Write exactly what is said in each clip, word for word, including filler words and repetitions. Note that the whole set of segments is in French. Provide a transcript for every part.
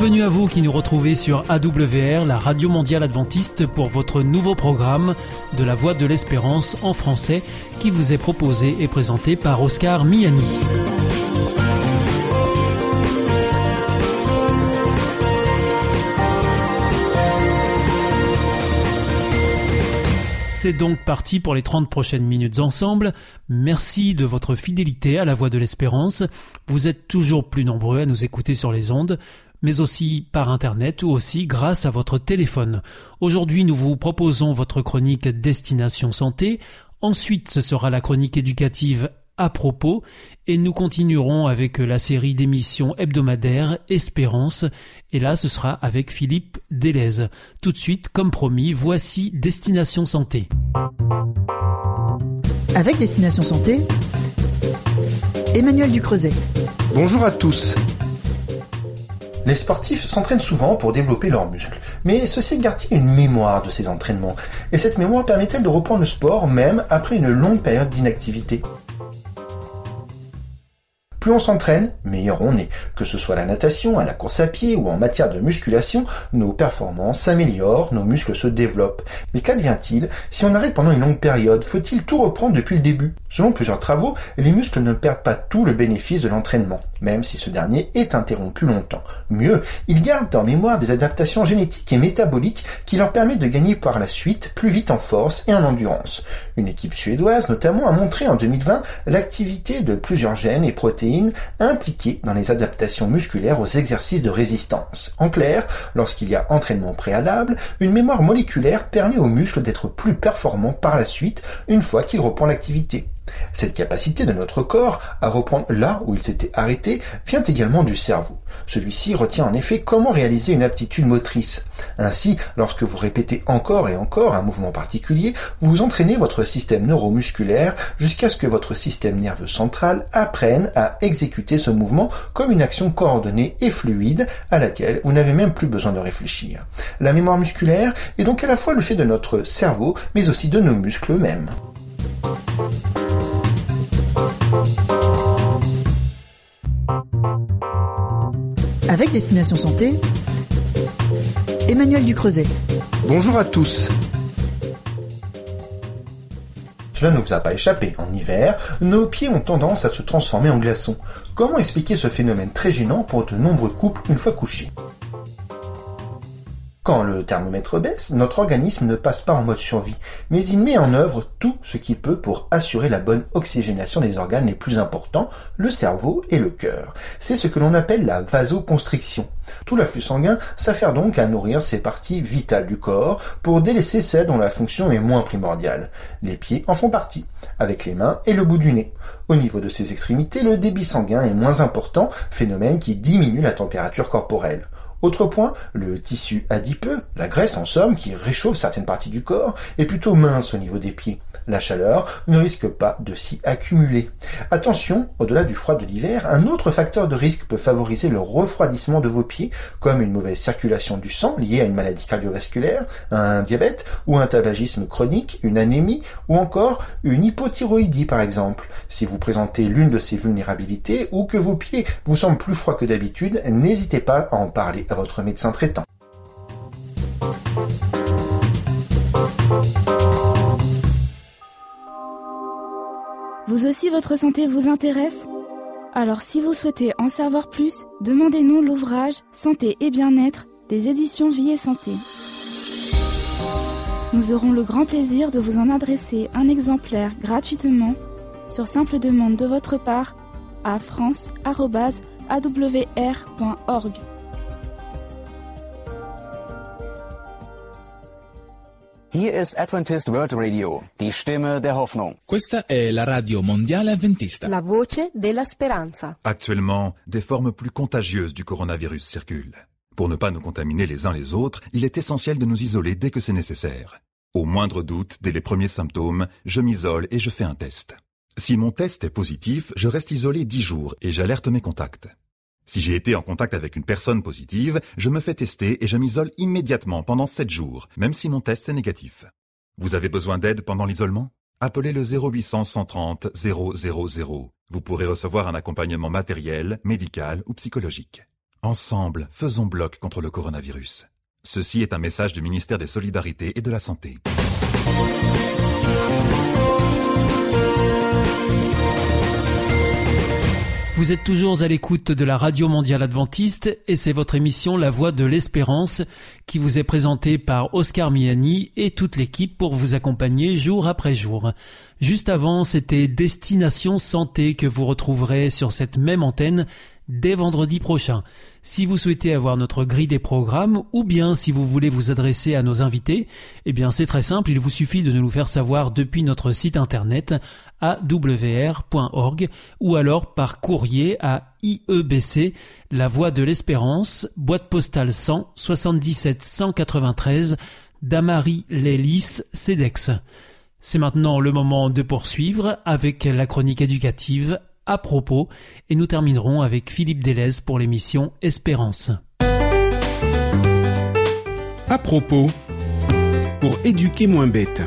Bienvenue à vous qui nous retrouvez sur A W R, la Radio Mondiale Adventiste, pour votre nouveau programme de la Voix de l'Espérance en français qui vous est proposé et présenté par Oscar Miani. C'est donc parti pour les trente prochaines minutes ensemble. Merci de votre fidélité à la Voix de l'Espérance. Vous êtes toujours plus nombreux à nous écouter sur les ondes, mais aussi par Internet ou aussi grâce à votre téléphone. Aujourd'hui, nous vous proposons votre chronique Destination Santé. Ensuite, ce sera la chronique éducative À propos, et nous continuerons avec la série d'émissions hebdomadaires Espérance, et là ce sera avec Philippe Delez. Tout de suite, comme promis, voici Destination Santé. Avec Destination Santé, Emmanuel Ducreuset. Bonjour à tous. Les sportifs s'entraînent souvent pour développer leurs muscles, mais ceux-ci gardent-ils une mémoire de ces entraînements? Et cette mémoire permet-elle de reprendre le sport même après une longue période d'inactivité? Plus on s'entraîne, meilleur on est. Que ce soit la natation, à la course à pied ou en matière de musculation, nos performances s'améliorent, nos muscles se développent. Mais qu'advient-il si on arrête pendant une longue période? Faut-il tout reprendre depuis le début? Selon plusieurs travaux, les muscles ne perdent pas tout le bénéfice de l'entraînement, même si ce dernier est interrompu longtemps. Mieux, ils gardent en mémoire des adaptations génétiques et métaboliques qui leur permettent de gagner par la suite plus vite en force et en endurance. Une équipe suédoise notamment a montré en deux mille vingt l'activité de plusieurs gènes et protéines impliqués dans les adaptations musculaires aux exercices de résistance. En clair, lorsqu'il y a entraînement préalable, une mémoire moléculaire permet aux muscles d'être plus performants par la suite une fois qu'il reprend l'activité. Cette capacité de notre corps à reprendre là où il s'était arrêté vient également du cerveau. Celui-ci retient en effet comment réaliser une aptitude motrice. Ainsi, lorsque vous répétez encore et encore un mouvement particulier, vous entraînez votre système neuromusculaire jusqu'à ce que votre système nerveux central apprenne à exécuter ce mouvement comme une action coordonnée et fluide à laquelle vous n'avez même plus besoin de réfléchir. La mémoire musculaire est donc à la fois le fait de notre cerveau, mais aussi de nos muscles eux-mêmes. Avec Destination Santé, Emmanuel Ducreuset. Bonjour à tous. Cela ne vous a pas échappé. En hiver, nos pieds ont tendance à se transformer en glaçons. Comment expliquer ce phénomène très gênant pour de nombreux couples une fois couchés? Quand le thermomètre baisse, notre organisme ne passe pas en mode survie, mais il met en œuvre tout ce qu'il peut pour assurer la bonne oxygénation des organes les plus importants, le cerveau et le cœur. C'est ce que l'on appelle la vasoconstriction. Tout l'afflux sanguin s'affaire donc à nourrir ces parties vitales du corps pour délaisser celles dont la fonction est moins primordiale. Les pieds en font partie, avec les mains et le bout du nez. Au niveau de ces extrémités, le débit sanguin est moins important, phénomène qui diminue la température corporelle. Autre point, le tissu adipeux, la graisse en somme qui réchauffe certaines parties du corps, est plutôt mince au niveau des pieds. La chaleur ne risque pas de s'y accumuler. Attention, au-delà du froid de l'hiver, un autre facteur de risque peut favoriser le refroidissement de vos pieds, comme une mauvaise circulation du sang liée à une maladie cardiovasculaire, un diabète ou un tabagisme chronique, une anémie ou encore une hypothyroïdie par exemple. Si vous présentez l'une de ces vulnérabilités ou que vos pieds vous semblent plus froids que d'habitude, n'hésitez pas à en parler à votre médecin traitant. Vous aussi, votre santé vous intéresse? Alors si vous souhaitez en savoir plus, demandez-nous l'ouvrage Santé et bien-être des éditions Vie et Santé. Nous aurons le grand plaisir de vous en adresser un exemplaire gratuitement sur simple demande de votre part à france arobase a w r point org. Hier ist Adventist World Radio, die Stimme der Hoffnung. Questa è la radio mondiale adventista. La voce della speranza. Actuellement, des formes plus contagieuses du coronavirus circulent. Pour ne pas nous contaminer les uns les autres, il est essentiel de nous isoler dès que c'est nécessaire. Au moindre doute, dès les premiers symptômes, je m'isole et je fais un test. Si mon test est positif, je reste isolé dix jours et j'alerte mes contacts. Si j'ai été en contact avec une personne positive, je me fais tester et je m'isole immédiatement pendant sept jours, même si mon test est négatif. Vous avez besoin d'aide pendant l'isolement? Appelez le zéro huit cents, cent trente, zéro zéro zéro. Vous pourrez recevoir un accompagnement matériel, médical ou psychologique. Ensemble, faisons bloc contre le coronavirus. Ceci est un message du ministère des Solidarités et de la Santé. Vous êtes toujours à l'écoute de la Radio Mondiale Adventiste et c'est votre émission La Voix de l'Espérance qui vous est présentée par Oscar Miani et toute l'équipe pour vous accompagner jour après jour. Juste avant, c'était Destination Santé que vous retrouverez sur cette même antenne dès vendredi prochain. Si vous souhaitez avoir notre grille des programmes ou bien si vous voulez vous adresser à nos invités, eh bien c'est très simple, il vous suffit de nous le faire savoir depuis notre site internet a w r point org ou alors par courrier à I E B C, La Voix de l'Espérance, boîte postale cent, soixante-dix-sept cent quatre-vingt-treize, Damary-Lélis, Cedex. C'est maintenant le moment de poursuivre avec la chronique éducative À propos, et nous terminerons avec Philippe Delez pour l'émission Espérance. À propos, pour éduquer moins bête.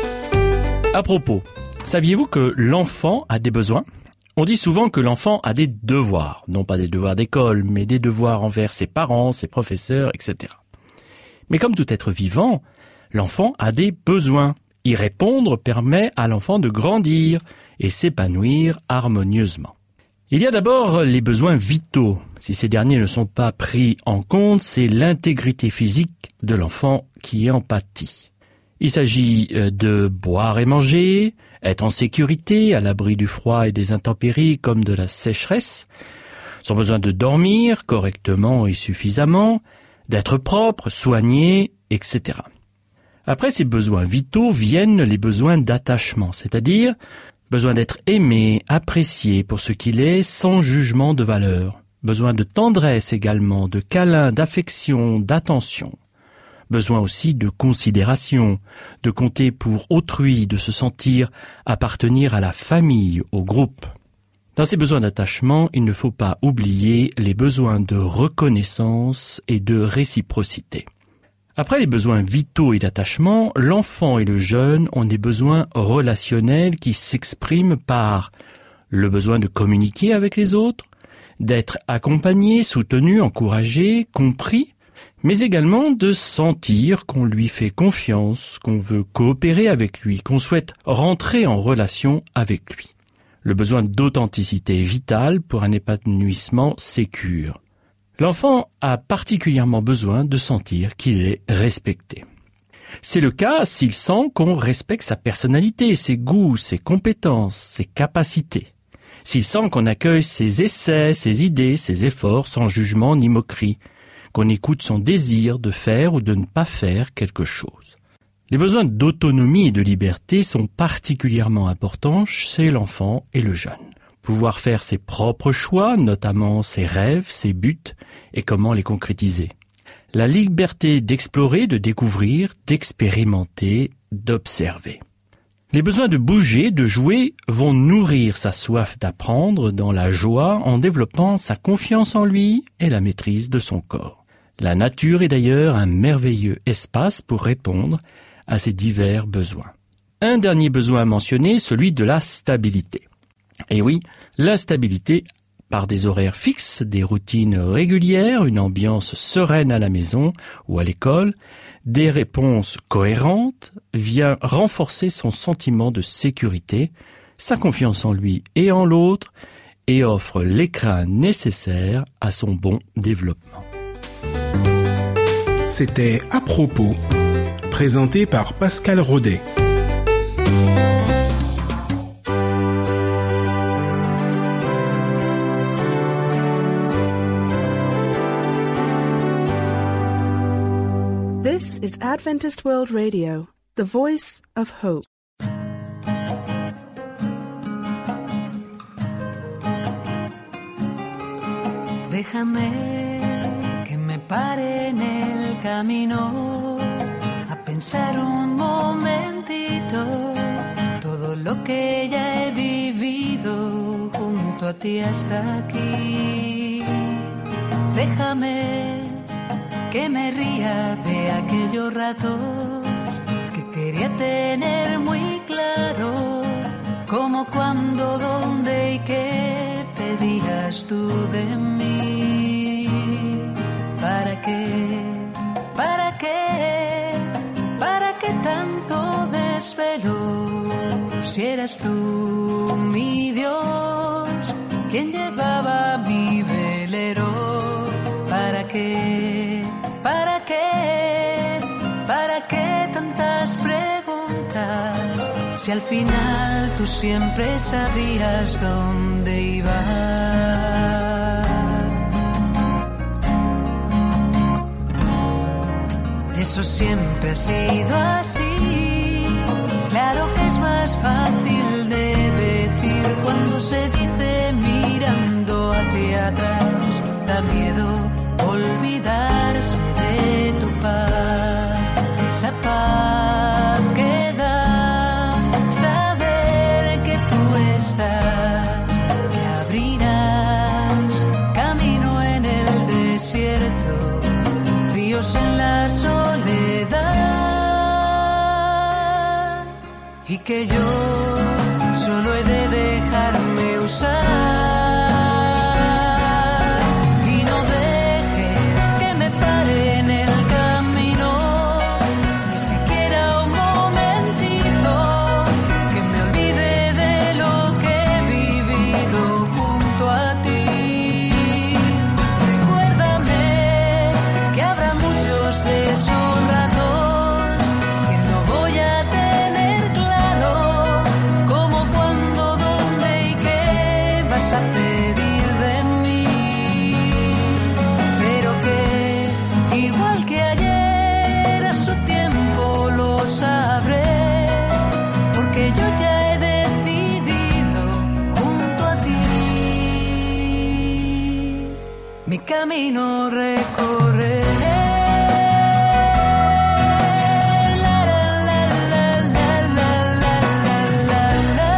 À propos, saviez-vous que l'enfant a des besoins ? On dit souvent que l'enfant a des devoirs, non pas des devoirs d'école, mais des devoirs envers ses parents, ses professeurs, et cetera. Mais comme tout être vivant, l'enfant a des besoins. Y répondre permet à l'enfant de grandir et s'épanouir harmonieusement. Il y a d'abord les besoins vitaux. Si ces derniers ne sont pas pris en compte, c'est l'intégrité physique de l'enfant qui en pâtit. Il s'agit de boire et manger, être en sécurité, à l'abri du froid et des intempéries comme de la sécheresse, son besoin de dormir correctement et suffisamment, d'être propre, soigné, et cetera. Après ces besoins vitaux viennent les besoins d'attachement, c'est-à-dire besoin d'être aimé, apprécié pour ce qu'il est, sans jugement de valeur. Besoin de tendresse également, de câlin, d'affection, d'attention. Besoin aussi de considération, de compter pour autrui, de se sentir appartenir à la famille, au groupe. Dans ces besoins d'attachement, il ne faut pas oublier les besoins de reconnaissance et de réciprocité. Après les besoins vitaux et d'attachement, l'enfant et le jeune ont des besoins relationnels qui s'expriment par le besoin de communiquer avec les autres, d'être accompagné, soutenu, encouragé, compris, mais également de sentir qu'on lui fait confiance, qu'on veut coopérer avec lui, qu'on souhaite rentrer en relation avec lui. Le besoin d'authenticité est vital pour un épanouissement sécure. L'enfant a particulièrement besoin de sentir qu'il est respecté. C'est le cas s'il sent qu'on respecte sa personnalité, ses goûts, ses compétences, ses capacités. S'il sent qu'on accueille ses essais, ses idées, ses efforts sans jugement ni moquerie, qu'on écoute son désir de faire ou de ne pas faire quelque chose. Les besoins d'autonomie et de liberté sont particulièrement importants chez l'enfant et le jeune. Pouvoir faire ses propres choix, notamment ses rêves, ses buts, et comment les concrétiser. La liberté d'explorer, de découvrir, d'expérimenter, d'observer. Les besoins de bouger, de jouer, vont nourrir sa soif d'apprendre dans la joie en développant sa confiance en lui et la maîtrise de son corps. La nature est d'ailleurs un merveilleux espace pour répondre à ces divers besoins. Un dernier besoin à mentionner, celui de la stabilité. Et oui, la stabilité par des horaires fixes, des routines régulières, une ambiance sereine à la maison ou à l'école, des réponses cohérentes, vient renforcer son sentiment de sécurité, sa confiance en lui et en l'autre, et offre l'écrin nécessaire à son bon développement. C'était À propos, présenté par Pascal Rodet. This is Adventist World Radio, the voice of hope. Déjame que me pare en el camino a pensar un momentito todo lo que ya he vivido junto a ti hasta aquí. Déjame que me ría de aquellos ratos que quería tener muy claro, como cuando, dónde y qué pedías tú de mí. ¿Para qué? ¿Para qué? ¿Para qué tanto desvelo? Si eras tú, mi Dios, quien llevaba mi velero. ¿Para qué? ¿Para qué? ¿Para qué tantas preguntas? Si al final tú siempre sabías dónde ibas. Eso siempre ha sido así. Claro que es más fácil de decir cuando se dice mirando hacia atrás. Da miedo olvidarse de tu paz, esa paz que da saber que tú estás, que abrirás camino en el desierto, ríos en la soledad, y que yo solo he de dejarme usar. Mi camino recorreré. La, la, la, la, la, la, la, la, la.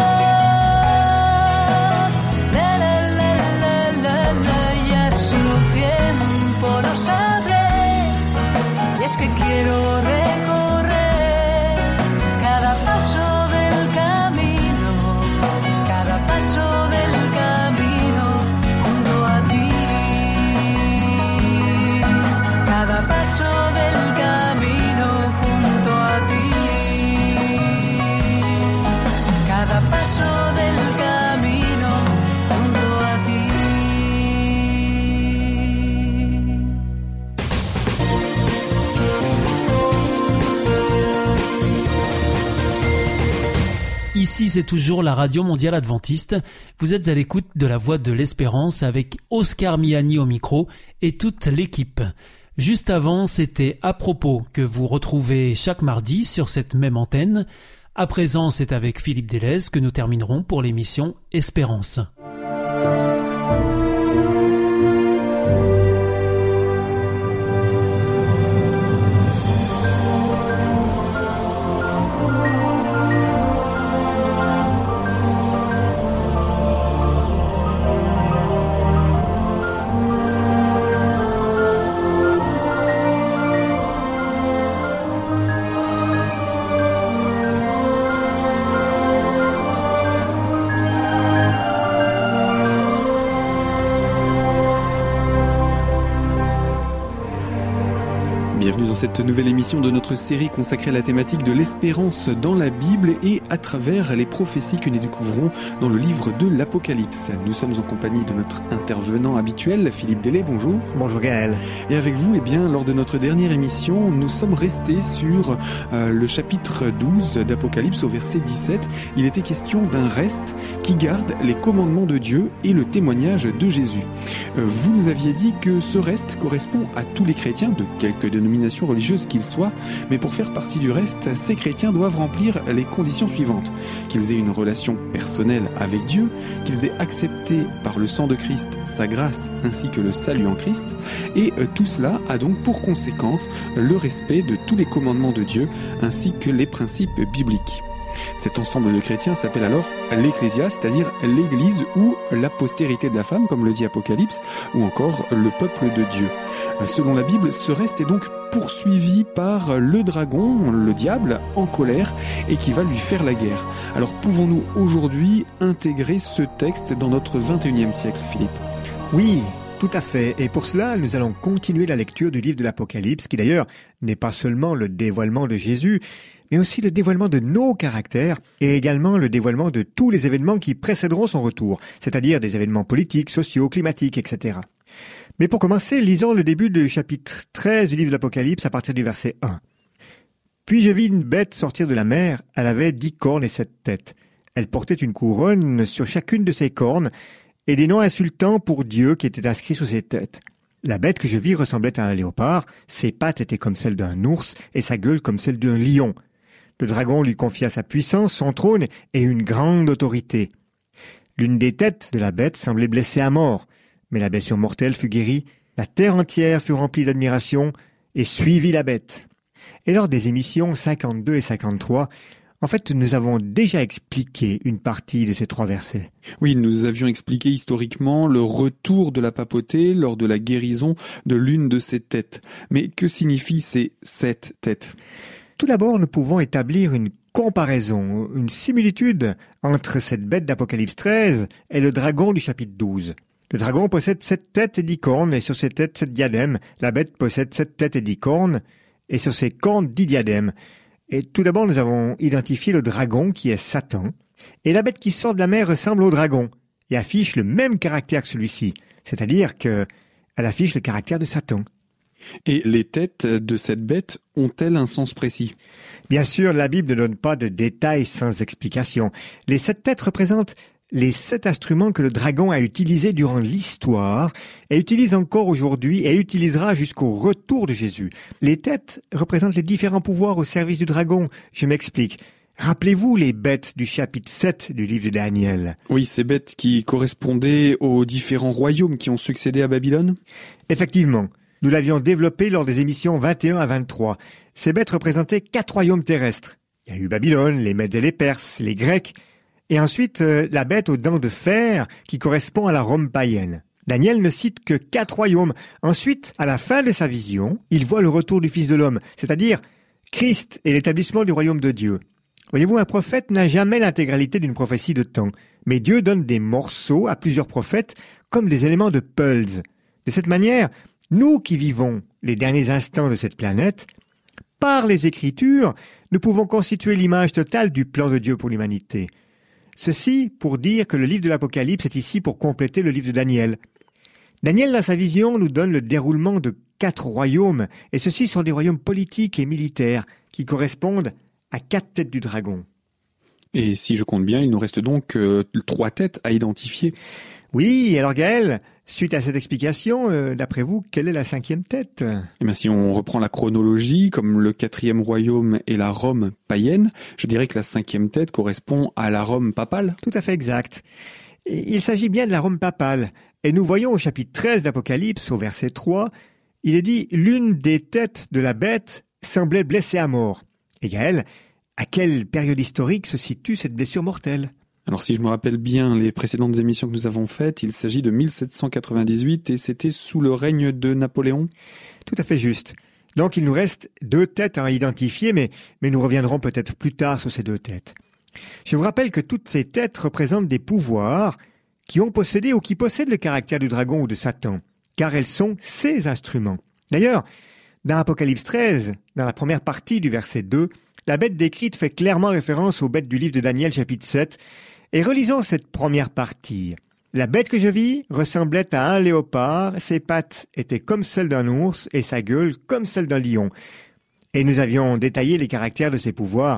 La, la, la, la, la, la. Y a su tiempo lo sabré. Y es que quiero recorrer cada paso del camino, cada paso del camino junto a ti. Cada paso del camino junto a ti. Cada paso del camino junto a ti. Ici, c'est toujours la Radio Mondiale Adventiste. Vous êtes à l'écoute de la Voix de l'Espérance avec Oscar Miani au micro et toute l'équipe. Juste avant, c'était À propos que vous retrouvez chaque mardi sur cette même antenne. À présent, c'est avec Philippe Delez que nous terminerons pour l'émission Espérance. Bienvenue dans cette nouvelle émission de notre série consacrée à la thématique de l'espérance dans la Bible et à travers les prophéties que nous découvrons dans le livre de l'Apocalypse. Nous sommes en compagnie de notre intervenant habituel, Philippe Delez, bonjour. Bonjour Gaël. Et avec vous, eh bien, lors de notre dernière émission, nous sommes restés sur euh, le chapitre douze d'Apocalypse au verset dix-sept. Il était question d'un reste qui garde les commandements de Dieu et le témoignage de Jésus. Euh, vous nous aviez dit que ce reste correspond à tous les chrétiens, de quelque dénomination religieuse qu'ils soient, mais pour faire partie du reste, ces chrétiens doivent remplir les conditions suivantes. Qu'ils aient une relation personnelle avec Dieu, qu'ils aient accepté par le sang de Christ sa grâce ainsi que le salut en Christ, et euh, tout cela a donc pour conséquence le respect de tous les commandements de Dieu ainsi que les principes bibliques. Cet ensemble de chrétiens s'appelle alors l'Ecclésia, c'est-à-dire l'Église ou la postérité de la femme, comme le dit Apocalypse, ou encore le peuple de Dieu. Selon la Bible, ce reste est donc poursuivi par le dragon, le diable, en colère, et qui va lui faire la guerre. Alors pouvons-nous aujourd'hui intégrer ce texte dans notre vingt et unième siècle, Philippe ? Oui, Tout à fait. Et pour cela, nous allons continuer la lecture du livre de l'Apocalypse, qui d'ailleurs n'est pas seulement le dévoilement de Jésus, mais aussi le dévoilement de nos caractères et également le dévoilement de tous les événements qui précéderont son retour, c'est-à-dire des événements politiques, sociaux, climatiques, et cetera. Mais pour commencer, lisons le début du chapitre treize du livre de l'Apocalypse à partir du verset un. « Puis je vis une bête sortir de la mer, elle avait dix cornes et sept têtes. Elle portait une couronne sur chacune de ses cornes, et des noms insultants pour Dieu qui étaient inscrits sur ses têtes. La bête que je vis ressemblait à un léopard, ses pattes étaient comme celles d'un ours et sa gueule comme celle d'un lion. Le dragon lui confia sa puissance, son trône et une grande autorité. L'une des têtes de la bête semblait blessée à mort, mais la blessure mortelle fut guérie, la terre entière fut remplie d'admiration et suivit la bête. » Et lors des émissions cinquante-deux et cinquante-trois, en fait, nous avons déjà expliqué une partie de ces trois versets. Oui, nous avions expliqué historiquement le retour de la papauté lors de la guérison de l'une de ces têtes. Mais que signifient ces sept têtes ? Tout d'abord, nous pouvons établir une comparaison, une similitude entre cette bête d'Apocalypse treize et le dragon du chapitre douze. Le dragon possède sept têtes et dix cornes, et sur ses têtes, sept diadèmes. La bête possède sept têtes et dix cornes, et sur ses cornes, dix diadèmes. Et tout d'abord, nous avons identifié le dragon qui est Satan. Et la bête qui sort de la mer ressemble au dragon et affiche le même caractère que celui-ci. C'est-à-dire qu'elle affiche le caractère de Satan. Et les têtes de cette bête ont-elles un sens précis ? Bien sûr, la Bible ne donne pas de détails sans explication. Les sept têtes représentent les sept instruments que le dragon a utilisés durant l'histoire et utilise encore aujourd'hui et utilisera jusqu'au retour de Jésus. Les têtes représentent les différents pouvoirs au service du dragon. Je m'explique. Rappelez-vous les bêtes du chapitre sept du livre de Daniel. Oui, ces bêtes qui correspondaient aux différents royaumes qui ont succédé à Babylone ? Effectivement. Nous l'avions développé lors des émissions vingt et un à vingt-trois. Ces bêtes représentaient quatre royaumes terrestres. Il y a eu Babylone, les Mèdes et les Perses, les Grecs, et ensuite euh, la bête aux dents de fer qui correspond à la Rome païenne. Daniel ne cite que quatre royaumes. Ensuite, à la fin de sa vision, il voit le retour du Fils de l'homme, c'est-à-dire Christ et l'établissement du royaume de Dieu. Voyez-vous, un prophète n'a jamais l'intégralité d'une prophétie de temps, mais Dieu donne des morceaux à plusieurs prophètes comme des éléments de pulse. De cette manière, nous qui vivons les derniers instants de cette planète, par les Écritures, nous pouvons constituer l'image totale du plan de Dieu pour l'humanité. Ceci pour dire que le livre de l'Apocalypse est ici pour compléter le livre de Daniel. Daniel, dans sa vision, nous donne le déroulement de quatre royaumes, et ceux-ci sont des royaumes politiques et militaires qui correspondent à quatre têtes du dragon. Et si je compte bien, il nous reste donc euh, trois têtes à identifier. Oui, alors Gaël, suite à cette explication, euh, d'après vous, quelle est la cinquième tête ? Eh bien, si on reprend la chronologie, comme le quatrième royaume est la Rome païenne, je dirais que la cinquième tête correspond à la Rome papale. Tout à fait exact. Il s'agit bien de la Rome papale. Et nous voyons au chapitre treize d'Apocalypse, au verset trois, il est dit « L'une des têtes de la bête semblait blessée à mort ». Et Gaël, à quelle période historique se situe cette blessure mortelle ? Alors si je me rappelle bien les précédentes émissions que nous avons faites, il s'agit de mille sept cent quatre-vingt-dix-huit et c'était sous le règne de Napoléon. Tout à fait juste. Donc il nous reste deux têtes à identifier, mais, mais nous reviendrons peut-être plus tard sur ces deux têtes. Je vous rappelle que toutes ces têtes représentent des pouvoirs qui ont possédé ou qui possèdent le caractère du dragon ou de Satan, car elles sont ses instruments. D'ailleurs, dans Apocalypse treize, dans la première partie du verset deux, la bête décrite fait clairement référence aux bêtes du livre de Daniel chapitre sept. Et relisons cette première partie. La bête que je vis ressemblait à un léopard, ses pattes étaient comme celles d'un ours et sa gueule comme celle d'un lion. Et nous avions détaillé les caractères de ses pouvoirs.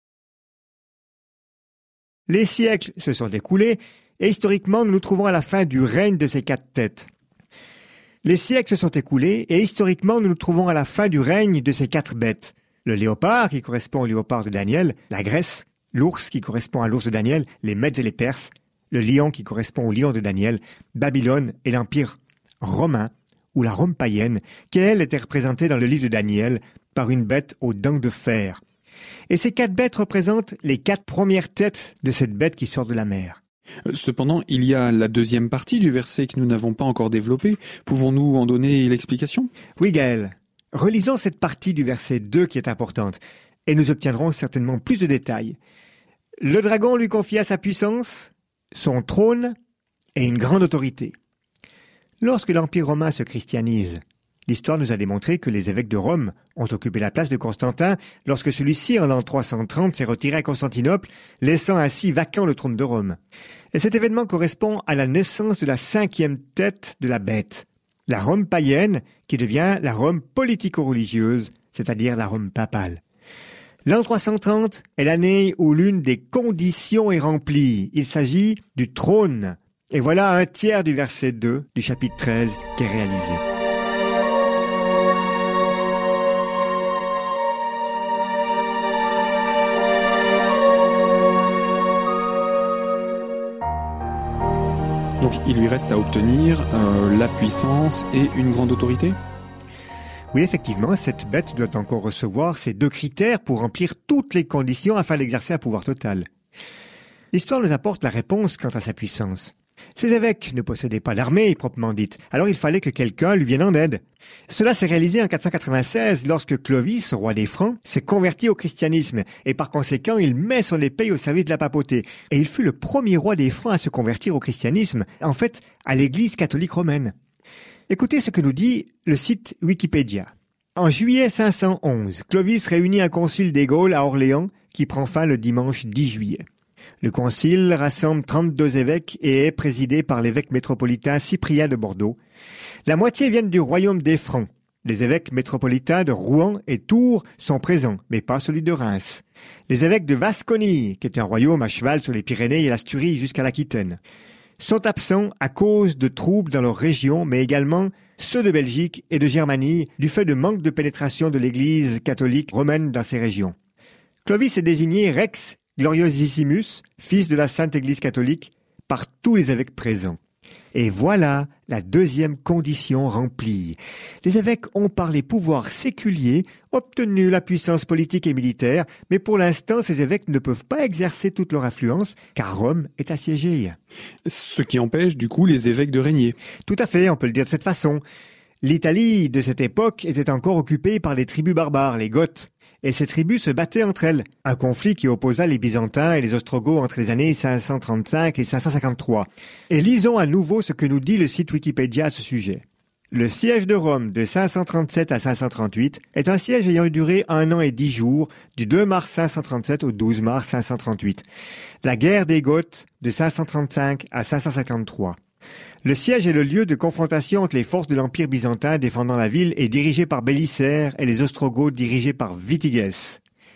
Les siècles se sont écoulés et historiquement nous nous trouvons à la fin du règne de ces quatre têtes. Les siècles se sont écoulés et historiquement nous nous trouvons à la fin du règne de ces quatre bêtes. Le léopard qui correspond au léopard de Daniel, la Grèce, l'ours qui correspond à l'ours de Daniel, les Mèdes et les Perses, le lion qui correspond au lion de Daniel, Babylone et l'Empire romain, ou la Rome païenne, qui elle était représentée dans le livre de Daniel par une bête aux dents de fer. Et ces quatre bêtes représentent les quatre premières têtes de cette bête qui sort de la mer. Cependant, il y a la deuxième partie du verset que nous n'avons pas encore développée. Pouvons-nous en donner l'explication ? Oui, Gaël. Relisons cette partie du verset deux qui est importante, et nous obtiendrons certainement plus de détails. Le dragon lui confia sa puissance, son trône et une grande autorité. Lorsque l'Empire romain se christianise, l'histoire nous a démontré que les évêques de Rome ont occupé la place de Constantin lorsque celui-ci, en l'an trois cent trente, s'est retiré à Constantinople, laissant ainsi vacant le trône de Rome. Et cet événement correspond à la naissance de la cinquième tête de la bête, la Rome païenne, qui devient la Rome politico-religieuse, c'est-à-dire la Rome papale. L'an trois cent trente est l'année où l'une des conditions est remplie. Il s'agit du trône. Et voilà un tiers du verset deux du chapitre treize qui est réalisé. Donc il lui reste à obtenir euh, la puissance et une grande autorité ? Oui, effectivement, cette bête doit encore recevoir ces deux critères pour remplir toutes les conditions afin d'exercer un pouvoir total. L'histoire nous apporte la réponse quant à sa puissance. Ces évêques ne possédaient pas d'armée proprement dite, alors il fallait que quelqu'un lui vienne en aide. Cela s'est réalisé en quatre cent quatre-vingt-seize lorsque Clovis, roi des Francs, s'est converti au christianisme et par conséquent il met son épée au service de la papauté. Et il fut le premier roi des Francs à se convertir au christianisme, en fait à l'église catholique romaine. Écoutez ce que nous dit le site Wikipédia. En juillet cinq cent onze, Clovis réunit un concile des Gaules à Orléans qui prend fin le dimanche dix juillet. Le concile rassemble trente-deux évêques et est présidé par l'évêque métropolitain Cyprien de Bordeaux. La moitié viennent du royaume des Francs. Les évêques métropolitains de Rouen et Tours sont présents, mais pas celui de Reims. Les évêques de Vasconie, qui est un royaume à cheval sur les Pyrénées et l'Asturie jusqu'à l'Aquitaine, sont absents à cause de troubles dans leur région, mais également ceux de Belgique et de Germanie, du fait de manque de pénétration de l'Église catholique romaine dans ces régions. Clovis est désigné Rex Gloriosissimus, fils de la Sainte Église catholique, par tous les évêques présents. Et voilà la deuxième condition remplie. Les évêques ont par les pouvoirs séculiers obtenu la puissance politique et militaire, mais pour l'instant ces évêques ne peuvent pas exercer toute leur influence, car Rome est assiégée. Ce qui empêche du coup les évêques de régner. Tout à fait, on peut le dire de cette façon. L'Italie de cette époque était encore occupée par les tribus barbares, les Goths. Et ces tribus se battaient entre elles. Un conflit qui opposa les Byzantins et les Ostrogoths entre les années cinq cent trente-cinq et cinq cent cinquante-trois. Et lisons à nouveau ce que nous dit le site Wikipédia à ce sujet. Le siège de Rome de cinq cent trente-sept à cinq cent trente-huit est un siège ayant duré un an et dix jours, du deux mars cinq cent trente-sept au douze mars cinq cent trente-huit. La guerre des Goths de cinq cent trente-cinq à cinq cent cinquante-trois. Le siège est le lieu de confrontation entre les forces de l'Empire byzantin défendant la ville et dirigées par Bélicère et les Ostrogoths dirigés par Witiges.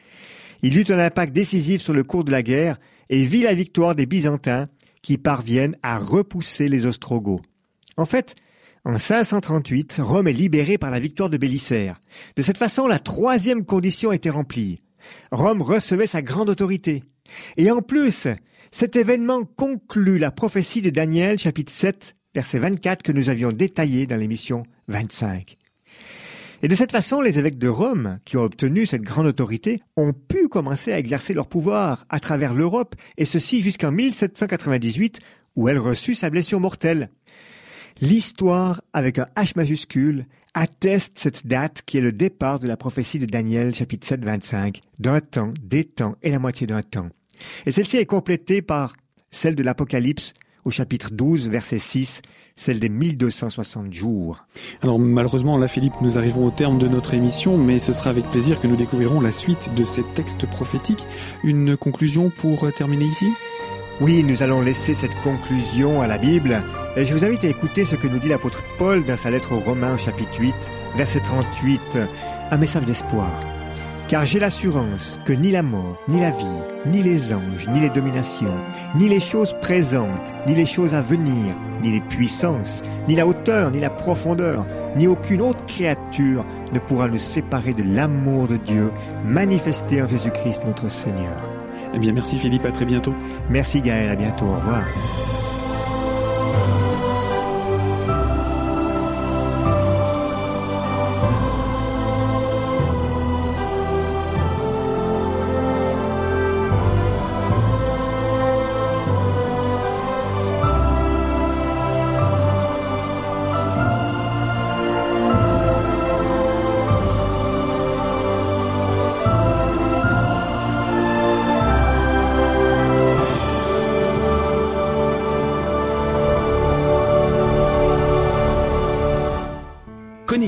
Il eut un impact décisif sur le cours de la guerre et vit la victoire des Byzantins qui parviennent à repousser les Ostrogoths. En fait, en cinq cent trente-huit, Rome est libérée par la victoire de Bélicère. De cette façon, la troisième condition était remplie. Rome recevait sa grande autorité. Et en plus, cet événement conclut la prophétie de Daniel, chapitre sept, verset vingt-quatre, que nous avions détaillé dans l'émission vingt-cinq. Et de cette façon, les évêques de Rome, qui ont obtenu cette grande autorité, ont pu commencer à exercer leur pouvoir à travers l'Europe, et ceci jusqu'en mille sept cent quatre-vingt-dix-huit, où elle reçut sa blessure mortelle. L'histoire, avec un H majuscule, atteste cette date qui est le départ de la prophétie de Daniel, chapitre sept, vingt-cinq, d'un temps, des temps et la moitié d'un temps. Et celle-ci est complétée par celle de l'Apocalypse au chapitre douze, verset six, celle des mille deux cent soixante jours. Alors malheureusement, là Philippe, nous arrivons au terme de notre émission, mais ce sera avec plaisir que nous découvrirons la suite de ces textes prophétiques. Une conclusion pour terminer ici ? Oui, nous allons laisser cette conclusion à la Bible. Et je vous invite à écouter ce que nous dit l'apôtre Paul dans sa lettre aux Romains au chapitre huit, verset trente-huit, un message d'espoir. Car j'ai l'assurance que ni la mort, ni la vie, ni les anges, ni les dominations, ni les choses présentes, ni les choses à venir, ni les puissances, ni la hauteur, ni la profondeur, ni aucune autre créature ne pourra nous séparer de l'amour de Dieu manifesté en Jésus-Christ notre Seigneur. Eh bien, merci Philippe, à très bientôt. Merci Gaël, à bientôt, au revoir.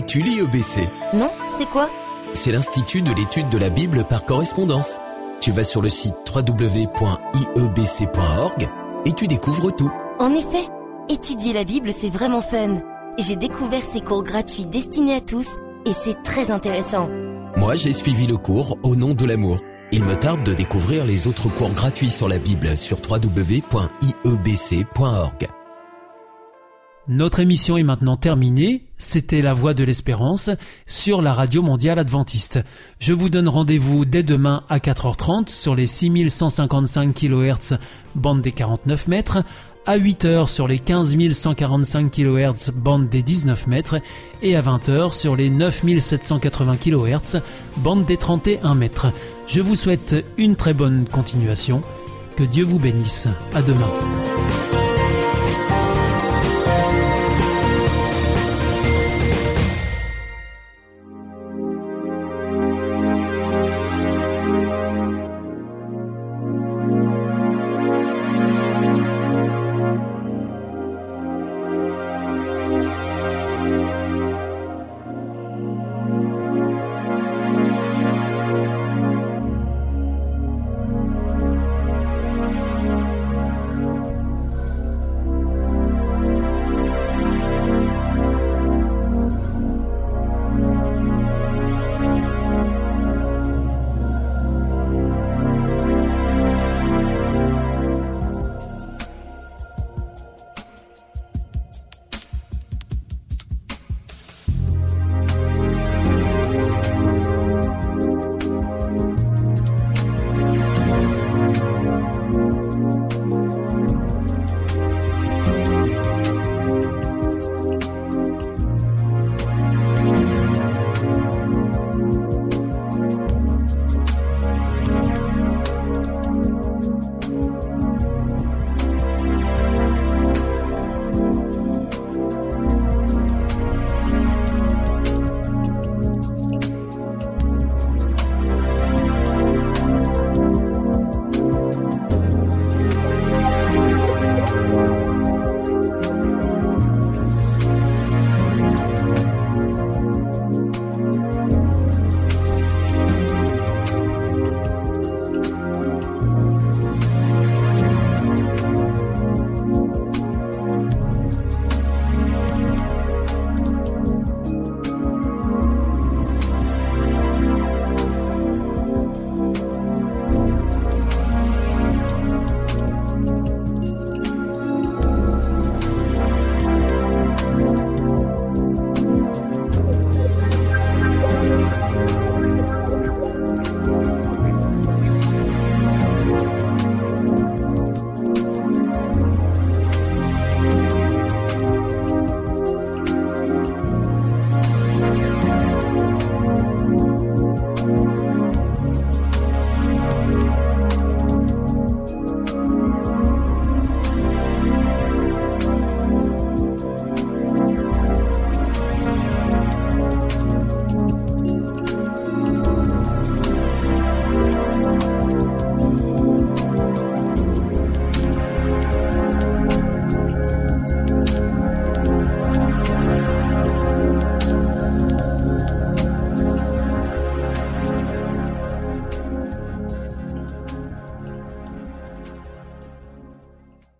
Connais-tu l'I E B C ? Non, c'est quoi ? C'est l'Institut de l'étude de la Bible par correspondance. Tu vas sur le site w w w point i e b c point org et tu découvres tout. En effet, étudier la Bible, c'est vraiment fun. J'ai découvert ces cours gratuits destinés à tous et c'est très intéressant. Moi, j'ai suivi le cours Au nom de l'amour. Il me tarde de découvrir les autres cours gratuits sur la Bible sur w w w point i e b c point org. Notre émission est maintenant terminée. C'était La Voix de l'Espérance sur la Radio Mondiale Adventiste. Je vous donne rendez-vous dès demain à quatre heures trente sur les six mille cent cinquante-cinq kilohertz bande des quarante-neuf mètres, à huit heures sur les quinze mille cent quarante-cinq kilohertz bande des dix-neuf mètres et à vingt heures sur les neuf mille sept cent quatre-vingts kilohertz bande des trente et un mètres. Je vous souhaite une très bonne continuation. Que Dieu vous bénisse. À demain.